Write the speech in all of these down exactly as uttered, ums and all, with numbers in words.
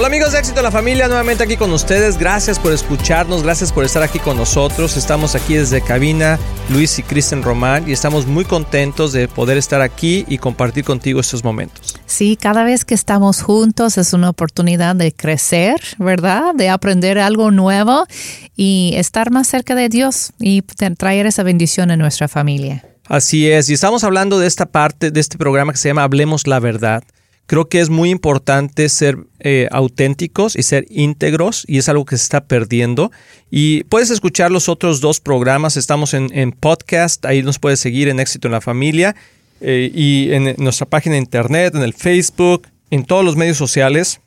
Hola amigos de Éxito en la Familia, nuevamente aquí con ustedes. Gracias por escucharnos, gracias por estar aquí con nosotros. Estamos aquí desde cabina, Luis y Kristen Román, y estamos muy contentos de poder estar aquí y compartir contigo estos momentos. Sí, cada vez que estamos juntos es una oportunidad de crecer, ¿verdad? De aprender algo nuevo y estar más cerca de Dios y traer esa bendición a nuestra familia. Así es, y estamos hablando de esta parte de este programa que se llama Hablemos la Verdad. Creo que es muy importante ser eh, auténticos y ser íntegros, y es algo que se está perdiendo. Y puedes escuchar los otros dos programas, estamos en, en podcast, ahí nos puedes seguir en Éxito en la Familia, eh, y en nuestra página de internet, en el Facebook, en todos los medios sociales,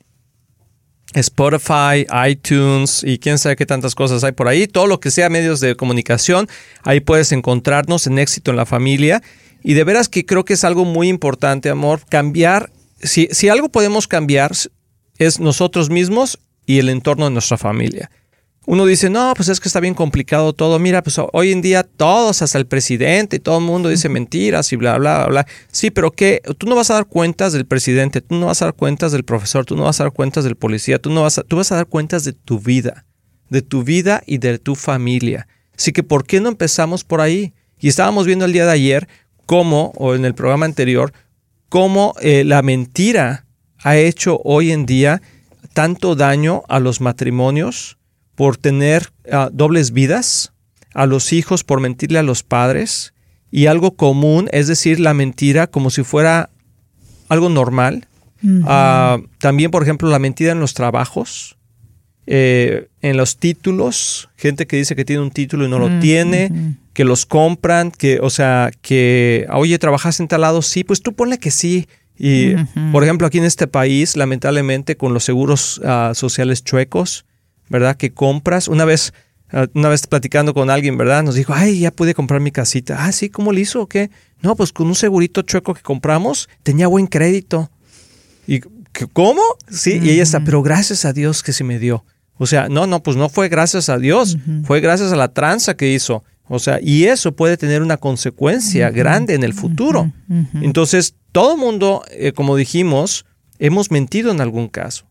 Spotify, iTunes y quién sabe qué tantas cosas hay por ahí. Todo lo que sea medios de comunicación, ahí puedes encontrarnos en Éxito en la Familia. Y de veras que creo que es algo muy importante, amor, cambiar. Si, si algo podemos cambiar es nosotros mismos y el entorno de nuestra familia. Uno dice, no, pues es que está bien complicado todo. Mira, pues hoy en día todos, hasta el presidente y todo el mundo dice mentiras y bla, bla, bla, bla. Sí, pero ¿qué? Tú no vas a dar cuentas del presidente, tú no vas a dar cuentas del profesor, tú no vas a dar cuentas del policía, tú, no vas a, tú vas a dar cuentas de tu vida, de tu vida y de tu familia. Así que, ¿por qué no empezamos por ahí? Y estábamos viendo el día de ayer cómo, o en el programa anterior, cómo eh, la mentira ha hecho hoy en día tanto daño a los matrimonios por tener uh, dobles vidas, a los hijos por mentirle a los padres, y algo común, es decir, la mentira como si fuera algo normal. Uh-huh. Uh, también, por ejemplo, la mentira en los trabajos, eh, en los títulos, gente que dice que tiene un título y no lo uh-huh. tiene, que los compran, que, o sea, que, oye, ¿trabajas en tal lado? Sí, pues tú ponle que sí. Y, uh-huh. por ejemplo, aquí en este país, lamentablemente, con los seguros uh, sociales chuecos, ¿verdad? Que compras. Una vez, uh, una vez platicando con alguien, ¿verdad? Nos dijo, ay, ya pude comprar mi casita. Ah, sí, ¿cómo le hizo o qué? No, pues con un segurito chueco que compramos, tenía buen crédito. ¿Y cómo? Sí, uh-huh. y ella está, pero gracias a Dios que se me dio. O sea, no, no, pues no fue gracias a Dios, uh-huh. fue gracias a la tranza que hizo. O sea, y eso puede tener una consecuencia uh-huh. grande en el futuro. Uh-huh. Uh-huh. Entonces, todo el mundo, eh, como dijimos, hemos mentido en algún caso.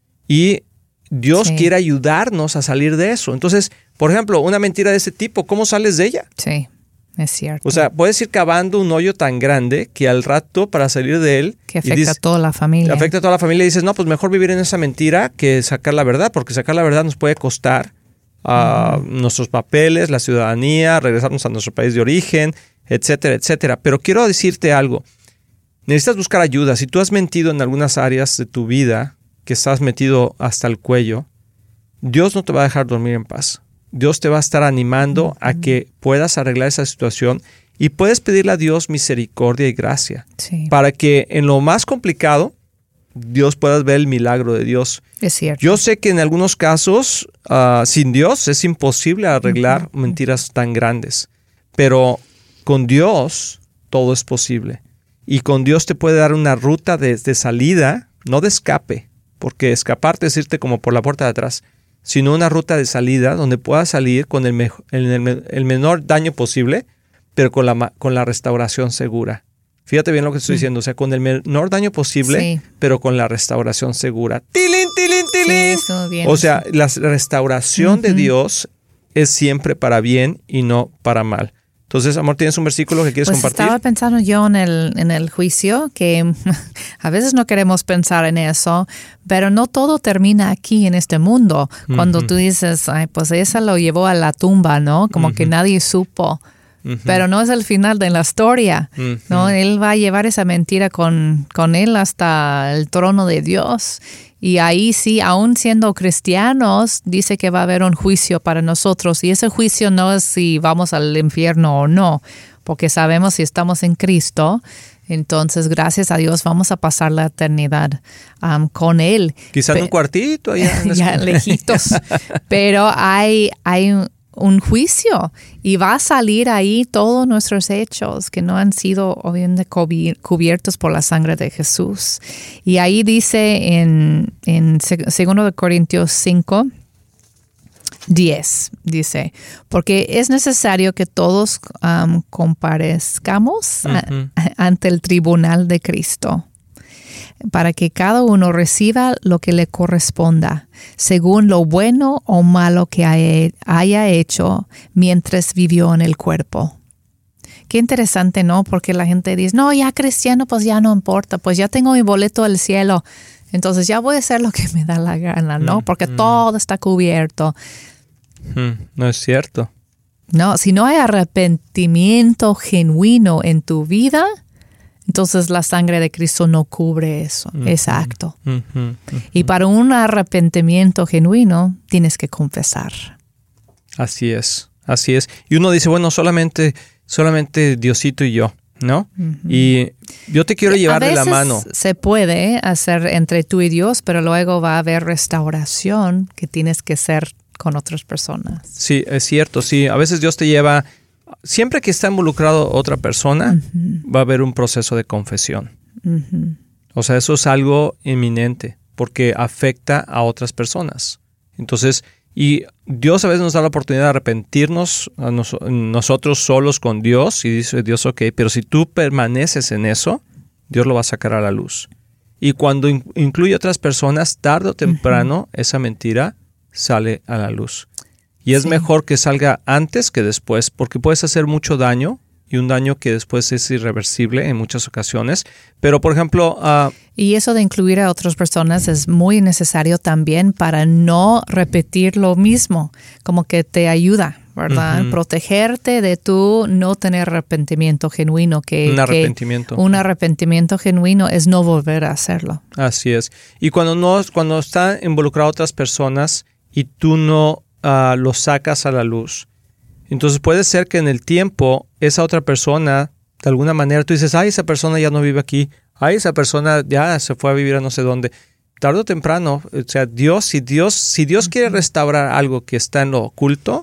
Y Dios sí. quiere ayudarnos a salir de eso. Entonces, por ejemplo, una mentira de ese tipo, ¿cómo sales de ella? Sí, es cierto. O sea, puedes ir cavando un hoyo tan grande que al rato, para salir de él... Que afecta dices, a toda la familia. Afecta a toda la familia y dices, no, pues mejor vivir en esa mentira que sacar la verdad, porque sacar la verdad nos puede costar Uh, uh-huh. nuestros papeles, la ciudadanía, regresarnos a nuestro país de origen, etcétera, etcétera. Pero quiero decirte algo. Necesitas buscar ayuda. Si tú has mentido en algunas áreas de tu vida, que estás metido hasta el cuello, Dios no te va a dejar dormir en paz. Dios te va a estar animando uh-huh. a que puedas arreglar esa situación y puedes pedirle a Dios misericordia y gracia sí. para que en lo más complicado Dios pueda ver el milagro de Dios. Es cierto. Yo sé que en algunos casos, uh, sin Dios, es imposible arreglar uh-huh. mentiras tan grandes. Pero con Dios, todo es posible. Y con Dios te puede dar una ruta de, de salida, no de escape, porque escaparte es irte como por la puerta de atrás, sino una ruta de salida donde puedas salir con el, me- el, el menor daño posible, pero con la, con la restauración segura. Fíjate bien lo que estoy diciendo, o sea, con el menor daño posible, sí. pero con la restauración segura. ¡Tilín, tilín, tilín! Sí, eso bien, o sea, sí. la restauración uh-huh. de Dios es siempre para bien y no para mal. Entonces, amor, ¿tienes un versículo que quieres pues compartir? Estaba pensando yo en el, en el juicio, que a veces no queremos pensar en eso, pero no todo termina aquí en este mundo. Cuando uh-huh. tú dices, ay, pues esa lo llevó a la tumba, ¿no? Como uh-huh. que nadie supo. Uh-huh. Pero no es el final de la historia, uh-huh. ¿no? Él va a llevar esa mentira con, con él hasta el trono de Dios. Y ahí sí, aún siendo cristianos, dice que va a haber un juicio para nosotros. Y ese juicio no es si vamos al infierno o no, porque sabemos si estamos en Cristo, entonces gracias a Dios vamos a pasar la eternidad um, con Él. Quizás en un cuartito allá. En ya lejitos. Pero hay... hay un juicio y va a salir ahí todos nuestros hechos que no han sido obviamente cubiertos por la sangre de Jesús. Y ahí dice en, en segundo de Corintios cinco, diez, dice, porque es necesario que todos um, comparezcamos uh-huh. a, ante el tribunal de Cristo. para que cada uno reciba lo que le corresponda, según lo bueno o malo que haya hecho mientras vivió en el cuerpo. Qué interesante, ¿no? Porque la gente dice, no, ya cristiano, pues ya no importa, pues ya tengo mi boleto al cielo, entonces ya voy a hacer lo que me da la gana, ¿no? Porque mm, todo está cubierto. Mm, no es cierto. No, si no hay arrepentimiento genuino en tu vida, entonces la sangre de Cristo no cubre eso, uh-huh, ese acto. Uh-huh, uh-huh. Y para un arrepentimiento genuino, tienes que confesar. Así es, así es. Y uno dice, bueno, solamente, solamente Diosito y yo, ¿no? Uh-huh. Y yo te quiero llevar de la mano. A veces se puede hacer entre tú y Dios, pero luego va a haber restauración que tienes que hacer con otras personas. Sí, es cierto, sí. A veces Dios te lleva... Siempre que está involucrado otra persona, uh-huh, va a haber un proceso de confesión. Uh-huh. O sea, eso es algo inminente porque afecta a otras personas. Entonces, y Dios a veces nos da la oportunidad de arrepentirnos a nos, nosotros solos con Dios y dice Dios, ok, pero si tú permaneces en eso, Dios lo va a sacar a la luz. Y cuando in- incluye a otras personas, tarde o temprano, uh-huh, esa mentira sale a la luz. Y es sí. mejor que salga antes que después, porque puedes hacer mucho daño y un daño que después es irreversible en muchas ocasiones. Pero, por ejemplo... Uh, y eso de incluir a otras personas es muy necesario también para no repetir lo mismo, como que te ayuda, ¿verdad? Uh-huh. Protegerte de tu no tener arrepentimiento genuino. Que, un arrepentimiento. Que un arrepentimiento genuino es no volver a hacerlo. Así es. Y cuando, no, cuando están involucradas otras personas y tú no... Uh, lo sacas a la luz. Entonces puede ser que en el tiempo esa otra persona, de alguna manera tú dices, ay, esa persona ya no vive aquí, ay, esa persona ya se fue a vivir a no sé dónde. Tarde o temprano, o sea, Dios, si Dios, si Dios uh-huh. quiere restaurar algo que está en lo oculto,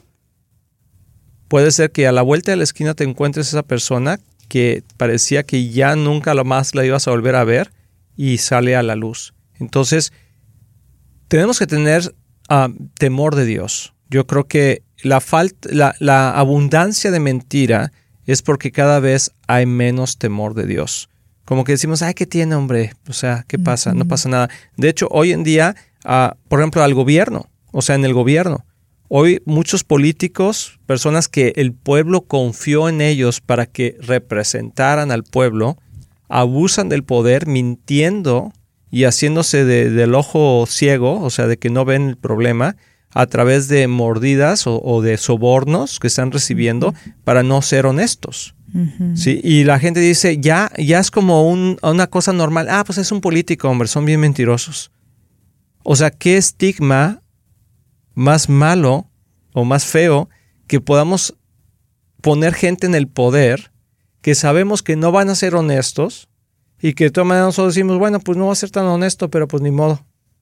puede ser que a la vuelta de la esquina te encuentres esa persona que parecía que ya nunca lo más la ibas a volver a ver y sale a la luz. Entonces, tenemos que tener Uh, temor de Dios. Yo creo que la, falta, la, la abundancia de mentira es porque cada vez hay menos temor de Dios. Como que decimos, ay, ¿qué tiene, hombre? O sea, ¿qué pasa? Uh-huh. No pasa nada. De hecho, hoy en día, uh, por ejemplo, al gobierno, o sea, en el gobierno, hoy muchos políticos, personas que el pueblo confió en ellos para que representaran al pueblo, abusan del poder mintiendo y haciéndose de, del ojo ciego, o sea, de que no ven el problema, a través de mordidas o, o de sobornos que están recibiendo uh-huh. para no ser honestos. Uh-huh. ¿Sí? Y la gente dice, ya, ya es como un, una cosa normal. Ah, pues es un político, hombre, son bien mentirosos. O sea, ¿qué estigma más malo o más feo que podamos poner gente en el poder que sabemos que no van a ser honestos? Y que de todas maneras nosotros decimos, bueno, pues no va a ser tan honesto, pero pues ni modo.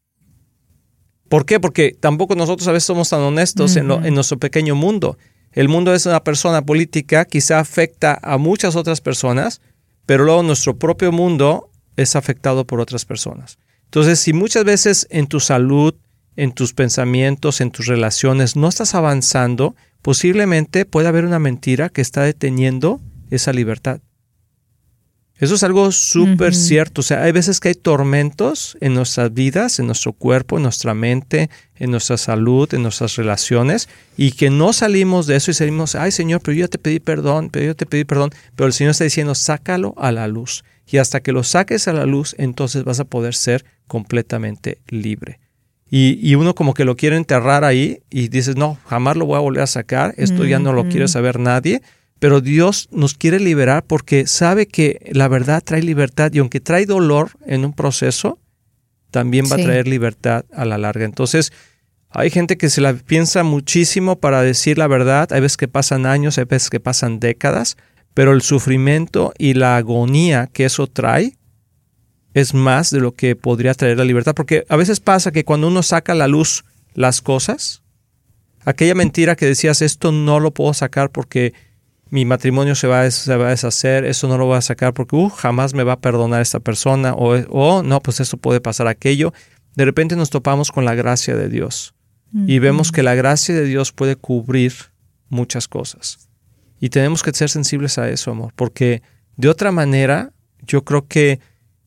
¿Por qué? Porque tampoco nosotros a veces somos tan honestos uh-huh. en, lo, en nuestro pequeño mundo. El mundo es una persona política, quizá afecta a muchas otras personas, pero luego nuestro propio mundo es afectado por otras personas. Entonces, si muchas veces en tu salud, en tus pensamientos, en tus relaciones no estás avanzando, posiblemente puede haber una mentira que está deteniendo esa libertad. Eso es algo súper uh-huh. cierto. O sea, hay veces que hay tormentos en nuestras vidas, en nuestro cuerpo, en nuestra mente, en nuestra salud, en nuestras relaciones, y que no salimos de eso y salimos, ay, Señor, pero yo ya te pedí perdón, pero yo te pedí perdón. Pero el Señor está diciendo, sácalo a la luz. Y hasta que lo saques a la luz, entonces vas a poder ser completamente libre. Y, y uno como que lo quiere enterrar ahí y dices, no, jamás lo voy a volver a sacar. Esto uh-huh. ya no lo quiere saber nadie. Pero Dios nos quiere liberar porque sabe que la verdad trae libertad y aunque trae dolor en un proceso, también va sí. a traer libertad a la larga. Entonces, hay gente que se la piensa muchísimo para decir la verdad. Hay veces que pasan años, hay veces que pasan décadas, pero el sufrimiento y la agonía que eso trae es más de lo que podría traer la libertad. Porque a veces pasa que cuando uno saca a la luz las cosas, aquella mentira que decías, esto no lo puedo sacar porque mi matrimonio se va, a, se va a deshacer, eso no lo voy a sacar porque uh, jamás me va a perdonar esta persona, o oh, no, pues eso puede pasar aquello. De repente nos topamos con la gracia de Dios uh-huh. y vemos que la gracia de Dios puede cubrir muchas cosas. Y tenemos que ser sensibles a eso, amor, porque de otra manera yo creo que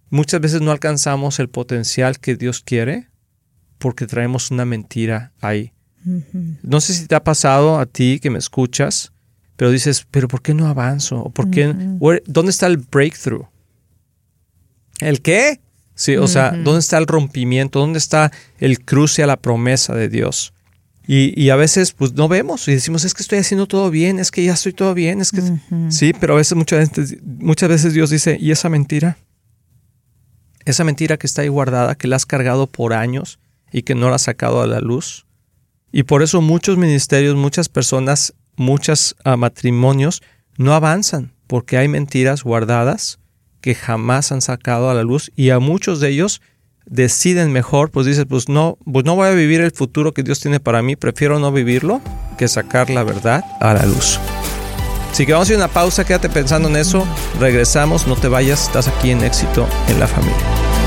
muchas veces no alcanzamos el potencial que Dios quiere porque traemos una mentira ahí. Uh-huh. No sé si te ha pasado a ti que me escuchas, pero dices, ¿pero por qué no avanzo? ¿O por qué, uh-huh. where, ¿Dónde está el breakthrough? ¿El qué? Sí, o uh-huh. sea, ¿dónde está el rompimiento? ¿Dónde está el cruce a la promesa de Dios? Y, y a veces pues no vemos y decimos, es que estoy haciendo todo bien, es que ya estoy todo bien, es que... Uh-huh. Sí, pero a veces muchas veces, muchas veces Dios dice, ¿y esa mentira? Esa mentira que está ahí guardada, que la has cargado por años y que no la has sacado a la luz. Y por eso muchos ministerios, muchas personas, muchos uh, matrimonios no avanzan, porque hay mentiras guardadas que jamás han sacado a la luz, y a muchos de ellos deciden mejor, pues dices, pues no, pues no voy a vivir el futuro que Dios tiene para mí, prefiero no vivirlo que sacar la verdad a la luz. Así que vamos a ir a una pausa, quédate pensando en eso, regresamos, no te vayas, estás aquí en Éxito en la Familia.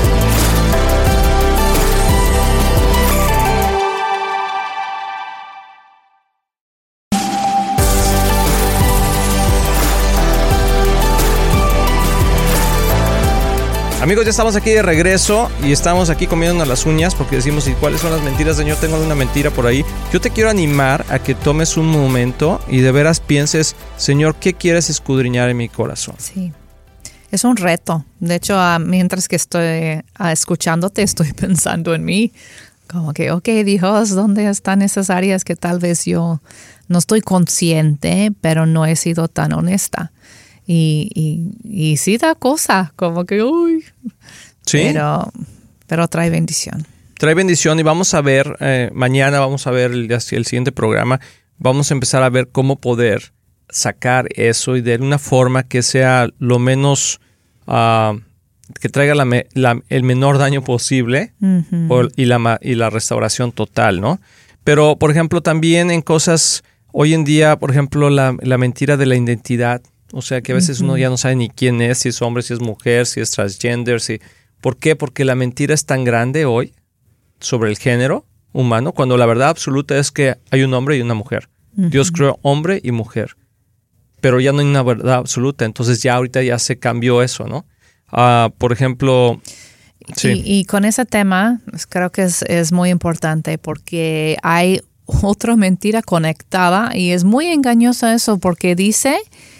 Amigos, ya estamos aquí de regreso y estamos aquí comiéndonos las uñas porque decimos, ¿y cuáles son las mentiras, Señor? Tengo una mentira por ahí. Yo te quiero animar a que tomes un momento y de veras pienses, Señor, ¿qué quieres escudriñar en mi corazón? Sí, es un reto. De hecho, uh, mientras que estoy uh, escuchándote, estoy pensando en mí. Como que, ok, Dios, ¿dónde están esas áreas que tal vez yo no estoy consciente, pero no he sido tan honesta? Y, y, y sí da cosa, como que, uy, sí. pero, pero trae bendición. Trae bendición y vamos a ver, eh, mañana vamos a ver el, el siguiente programa, vamos a empezar a ver cómo poder sacar eso y de una forma que sea lo menos, uh, que traiga la, la, el menor daño posible uh-huh. por, y, la, y la restauración total, ¿no? Pero, por ejemplo, también en cosas, hoy en día, por ejemplo, la, la mentira de la identidad. O sea, que a veces uh-huh. uno ya no sabe ni quién es, si es hombre, si es mujer, si es transgender. Si... ¿Por qué? Porque la mentira es tan grande hoy sobre el género humano, cuando la verdad absoluta es que hay un hombre y una mujer. Uh-huh. Dios creó hombre y mujer, pero ya no hay una verdad absoluta. Entonces ya ahorita ya se cambió eso, ¿no? Uh, por ejemplo... Sí. Y, y con ese tema creo que es, es muy importante porque hay otra mentira conectada y es muy engañosa eso porque dice...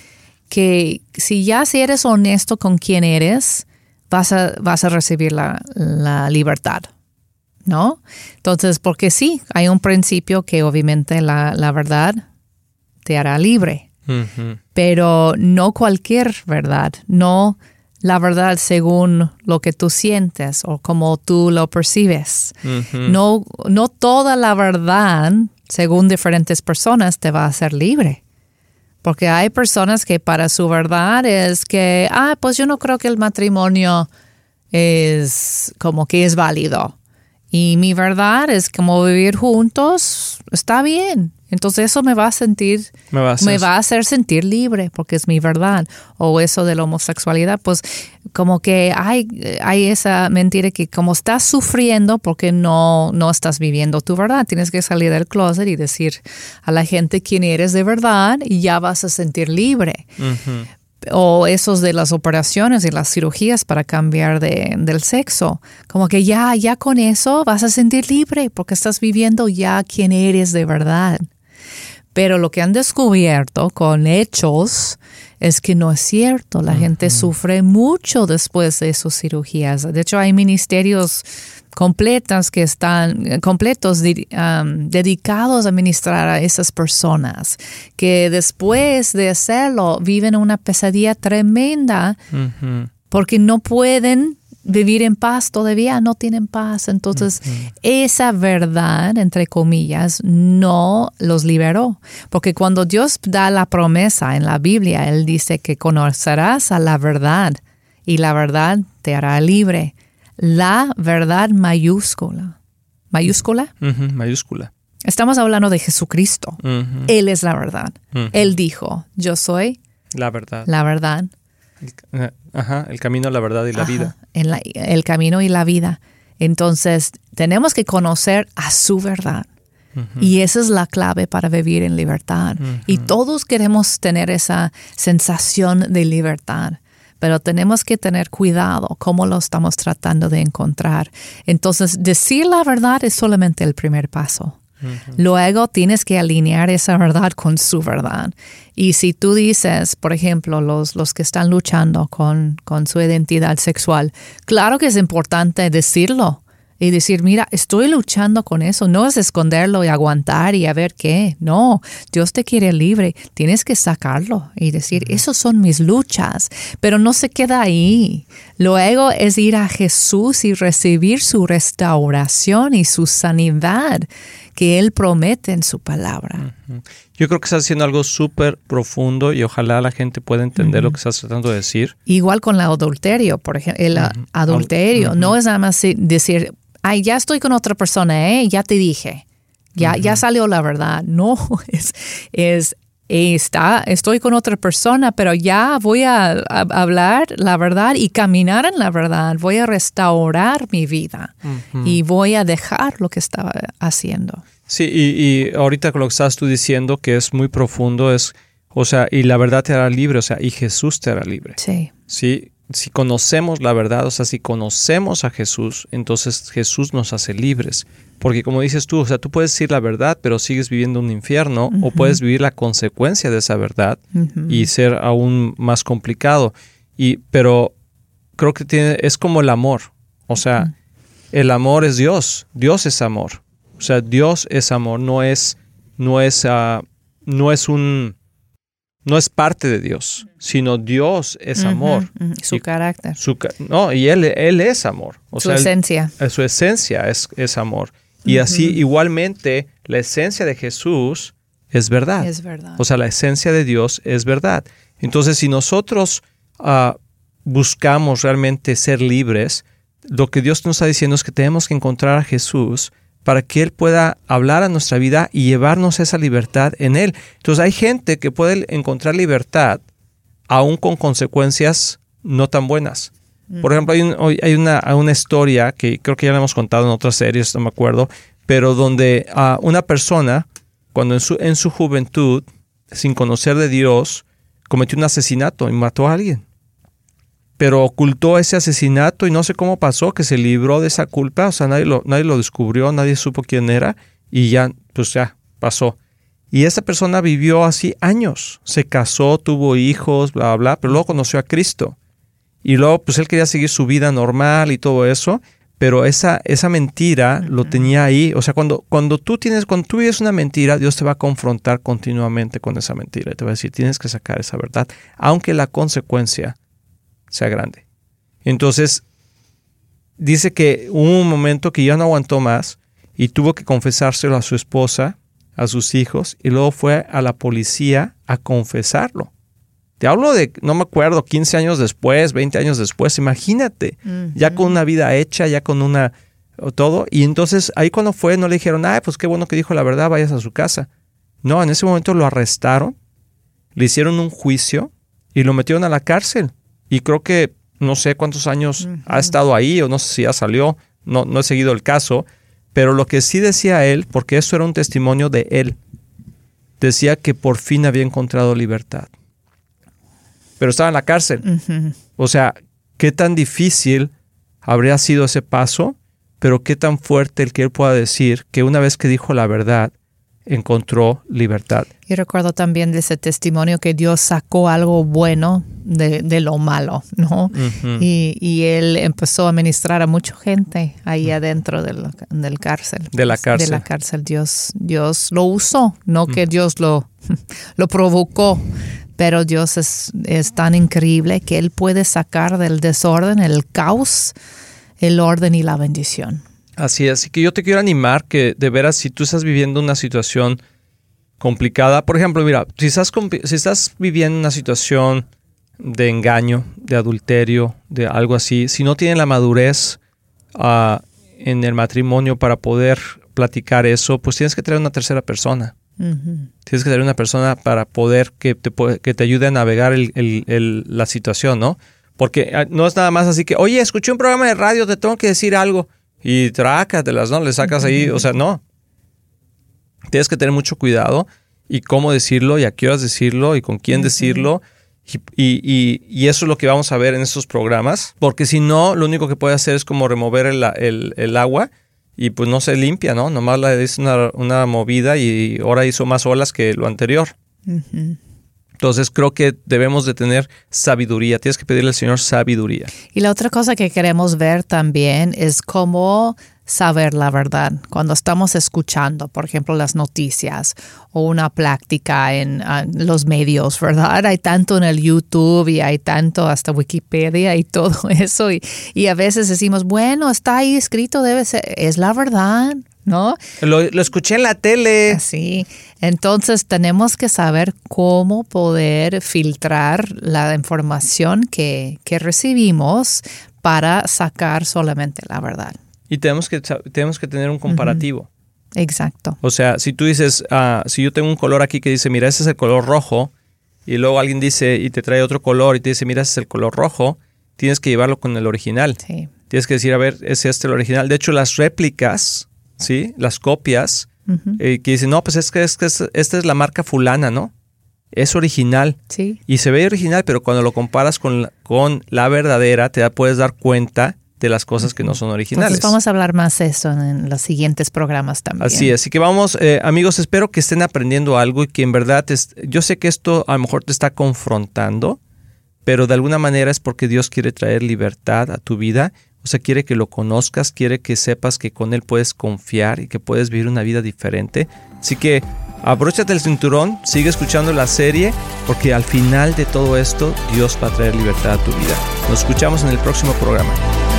que si ya si eres honesto con quién eres, vas a, vas a recibir la, la libertad, ¿no? Entonces, porque sí, hay un principio que obviamente la, la verdad te hará libre, uh-huh. pero no cualquier verdad, no la verdad según lo que tú sientes o como tú lo percibes. Uh-huh. No, no toda la verdad, según diferentes personas, te va a hacer libre. Porque hay personas que para su verdad es que, ah, pues yo no creo que el matrimonio es como que es válido. Y mi verdad es como vivir juntos está bien. Entonces eso me va a sentir, me va a, hacer, me va a hacer sentir libre porque es mi verdad. O eso de la homosexualidad, pues como que hay, hay esa mentira que como estás sufriendo porque no, no estás viviendo tu verdad. Tienes que salir del closet y decir a la gente quién eres de verdad y ya vas a sentir libre. Uh-huh. O esos de las operaciones y las cirugías para cambiar de, del sexo. Como que ya, ya con eso vas a sentir libre porque estás viviendo ya quién eres de verdad. Pero lo que han descubierto con hechos es que no es cierto. La uh-huh. gente sufre mucho después de sus cirugías. De hecho, hay ministerios completos que están completos um, dedicados a ministrar a esas personas que después de hacerlo viven una pesadilla tremenda uh-huh. porque no pueden vivir en paz, todavía no tienen paz. Entonces, uh-huh. esa verdad, entre comillas, no los liberó. Porque cuando Dios da la promesa en la Biblia, Él dice que conocerás a la verdad y la verdad te hará libre. La verdad mayúscula. ¿Mayúscula? Uh-huh, mayúscula. Estamos hablando de Jesucristo. Uh-huh. Él es la verdad. Uh-huh. Él dijo, yo soy la verdad. La verdad. El, ajá, el camino, la verdad y la ajá, vida. En la, el camino y la vida. Entonces, tenemos que conocer a su verdad. Uh-huh. Y esa es la clave para vivir en libertad. Uh-huh. Y todos queremos tener esa sensación de libertad. pero tenemos que tener cuidado cómo lo estamos tratando de encontrar. Entonces, decir la verdad es solamente el primer paso. Uh-huh. Luego tienes que alinear esa verdad con su verdad. Y si tú dices, por ejemplo, los, los que están luchando con, con su identidad sexual, claro que es importante decirlo. Y decir, mira, estoy luchando con eso. No es esconderlo y aguantar y a ver qué. No, Dios te quiere libre. Tienes que sacarlo y decir, uh-huh. esas son mis luchas. Pero no se queda ahí. Luego es ir a Jesús y recibir su restauración y su sanidad que Él promete en su palabra. Uh-huh. Yo creo que estás haciendo algo súper profundo y ojalá la gente pueda entender uh-huh. lo que estás tratando de decir. Igual con el adulterio, por ejemplo. El uh-huh. adulterio uh-huh. no es nada más decir... Ay, ya estoy con otra persona, ¿eh? Ya te dije. Ya, uh-huh. ya salió la verdad. No, es, es está, estoy con otra persona, pero ya voy a, a hablar la verdad y caminar en la verdad. Voy a restaurar mi vida uh-huh. y voy a dejar lo que estaba haciendo. Sí, y, y ahorita con lo que estás tú diciendo, que es muy profundo, es, o sea, y la verdad te hará libre, o sea, y Jesús te hará libre. Sí. Sí. Si conocemos la verdad, o sea, si conocemos a Jesús, entonces Jesús nos hace libres. Porque como dices tú, o sea, tú puedes decir la verdad, pero sigues viviendo un infierno, uh-huh. o puedes vivir la consecuencia de esa verdad uh-huh. y ser aún más complicado. Y, pero creo que tiene, es como el amor. O sea, uh-huh. el amor es Dios. Dios es amor. O sea, Dios es amor. No es, no es, uh, no es un... No es parte de Dios, sino Dios es amor. Uh-huh, uh-huh. Su y, carácter. Su, no, y Él, él es amor. O su sea, esencia. Él, su esencia es, es amor. Y uh-huh. así, igualmente, la esencia de Jesús es verdad. Es verdad. O sea, la esencia de Dios es verdad. Entonces, si nosotros uh, buscamos realmente ser libres, lo que Dios nos está diciendo es que tenemos que encontrar a Jesús para que Él pueda hablar a nuestra vida y llevarnos esa libertad en Él. Entonces hay gente que puede encontrar libertad aún con consecuencias no tan buenas. Mm. Por ejemplo, hay, un, hay una, una historia que creo que ya la hemos contado en otras series, no me acuerdo, pero donde uh, una persona, cuando en su, en su juventud, sin conocer de Dios, cometió un asesinato y mató a alguien. Pero ocultó ese asesinato y no sé cómo pasó, que se libró de esa culpa, o sea, nadie lo, nadie lo descubrió, nadie supo quién era y ya, pues ya, pasó. Y esa persona vivió así años, se casó, tuvo hijos, bla, bla, bla, pero luego conoció a Cristo. Y luego, pues él quería seguir su vida normal y todo eso, pero esa, esa mentira uh-huh. lo tenía ahí. O sea, cuando, cuando tú tienes, cuando tú vives una mentira, Dios te va a confrontar continuamente con esa mentira y te va a decir, tienes que sacar esa verdad, aunque la consecuencia sea grande. Entonces, dice que hubo un momento que ya no aguantó más y tuvo que confesárselo a su esposa, a sus hijos, y luego fue a la policía a confesarlo. Te hablo de, no me acuerdo, quince años después, veinte años después, imagínate, uh-huh. ya con una vida hecha, ya con una, todo, y entonces ahí cuando fue no le dijeron, ay, pues qué bueno que dijo la verdad, vayas a su casa. No, en ese momento lo arrestaron, le hicieron un juicio y lo metieron a la cárcel. Y creo que no sé cuántos años uh-huh. ha estado ahí o no sé si ya salió, no, no he seguido el caso, pero lo que sí decía él, porque eso era un testimonio de él, decía que por fin había encontrado libertad. Pero estaba en la cárcel. Uh-huh. O sea, qué tan difícil habría sido ese paso, pero qué tan fuerte el que él pueda decir que una vez que dijo la verdad, encontró libertad. Y recuerdo también de ese testimonio que Dios sacó algo bueno de, de lo malo, ¿no? Uh-huh. Y, y él empezó a ministrar a mucha gente ahí uh-huh. adentro del, del cárcel. De la cárcel. De la cárcel. Dios, Dios lo usó, no uh-huh. que Dios lo, lo provocó, pero Dios es, es tan increíble que Él puede sacar del desorden, el caos, el orden y la bendición. Así es, así que yo te quiero animar que de veras si tú estás viviendo una situación complicada, por ejemplo, mira, si estás, si estás viviendo una situación de engaño, de adulterio, de algo así, si no tienen la madurez uh, en el matrimonio para poder platicar eso, pues tienes que traer una tercera persona. Uh-huh. Tienes que traer una persona para poder que te, que te ayude a navegar el, el, el, la situación, ¿no? Porque no es nada más así que, oye, escuché un programa de radio, te tengo que decir algo. Y trácatelas, ¿no? Le sacas ahí, o sea, no. Tienes que tener mucho cuidado y cómo decirlo y a qué horas decirlo y con quién uh-huh. decirlo. Y, y, y eso es lo que vamos a ver en estos programas, porque si no, lo único que puede hacer es como remover el, el, el agua y pues no se limpia, ¿no? Nomás la hizo una, una movida y ahora hizo más olas que lo anterior. Uh-huh. Entonces creo que debemos de tener sabiduría. Tienes que pedirle al Señor sabiduría. Y la otra cosa que queremos ver también es cómo saber la verdad. Cuando estamos escuchando, por ejemplo, las noticias o una plática en uh, los medios, ¿verdad? Hay tanto en el YouTube y hay tanto hasta Wikipedia y todo eso. Y, y a veces decimos, bueno, está ahí escrito, debe ser, es la verdad, ¿no? Lo, lo escuché en la tele. Así. Entonces tenemos que saber cómo poder filtrar la información que, que recibimos para sacar solamente la verdad. Y tenemos que, tenemos que tener un comparativo. Uh-huh. Exacto. O sea, si tú dices, uh, si yo tengo un color aquí que dice, mira, ese es el color rojo, y luego alguien dice y te trae otro color y te dice, mira, ese es el color rojo, tienes que llevarlo con el original. Sí. Tienes que decir, a ver, ¿es este el original? De hecho, las réplicas, ¿sí? Las copias, uh-huh. eh, que dicen, no, pues es que, es que es, esta es la marca fulana, ¿no? Es original. Sí. Y se ve original, pero cuando lo comparas con la, con la verdadera, te da, puedes dar cuenta de las cosas que no son originales. Entonces vamos a hablar más de eso en los siguientes programas también. Así es, así que vamos, eh, amigos, espero que estén aprendiendo algo y que en verdad, te, yo sé que esto a lo mejor te está confrontando, pero de alguna manera es porque Dios quiere traer libertad a tu vida, o sea, quiere que lo conozcas, quiere que sepas que con Él puedes confiar y que puedes vivir una vida diferente. Así que abróchate el cinturón, sigue escuchando la serie, porque al final de todo esto, Dios va a traer libertad a tu vida. Nos escuchamos en el próximo programa.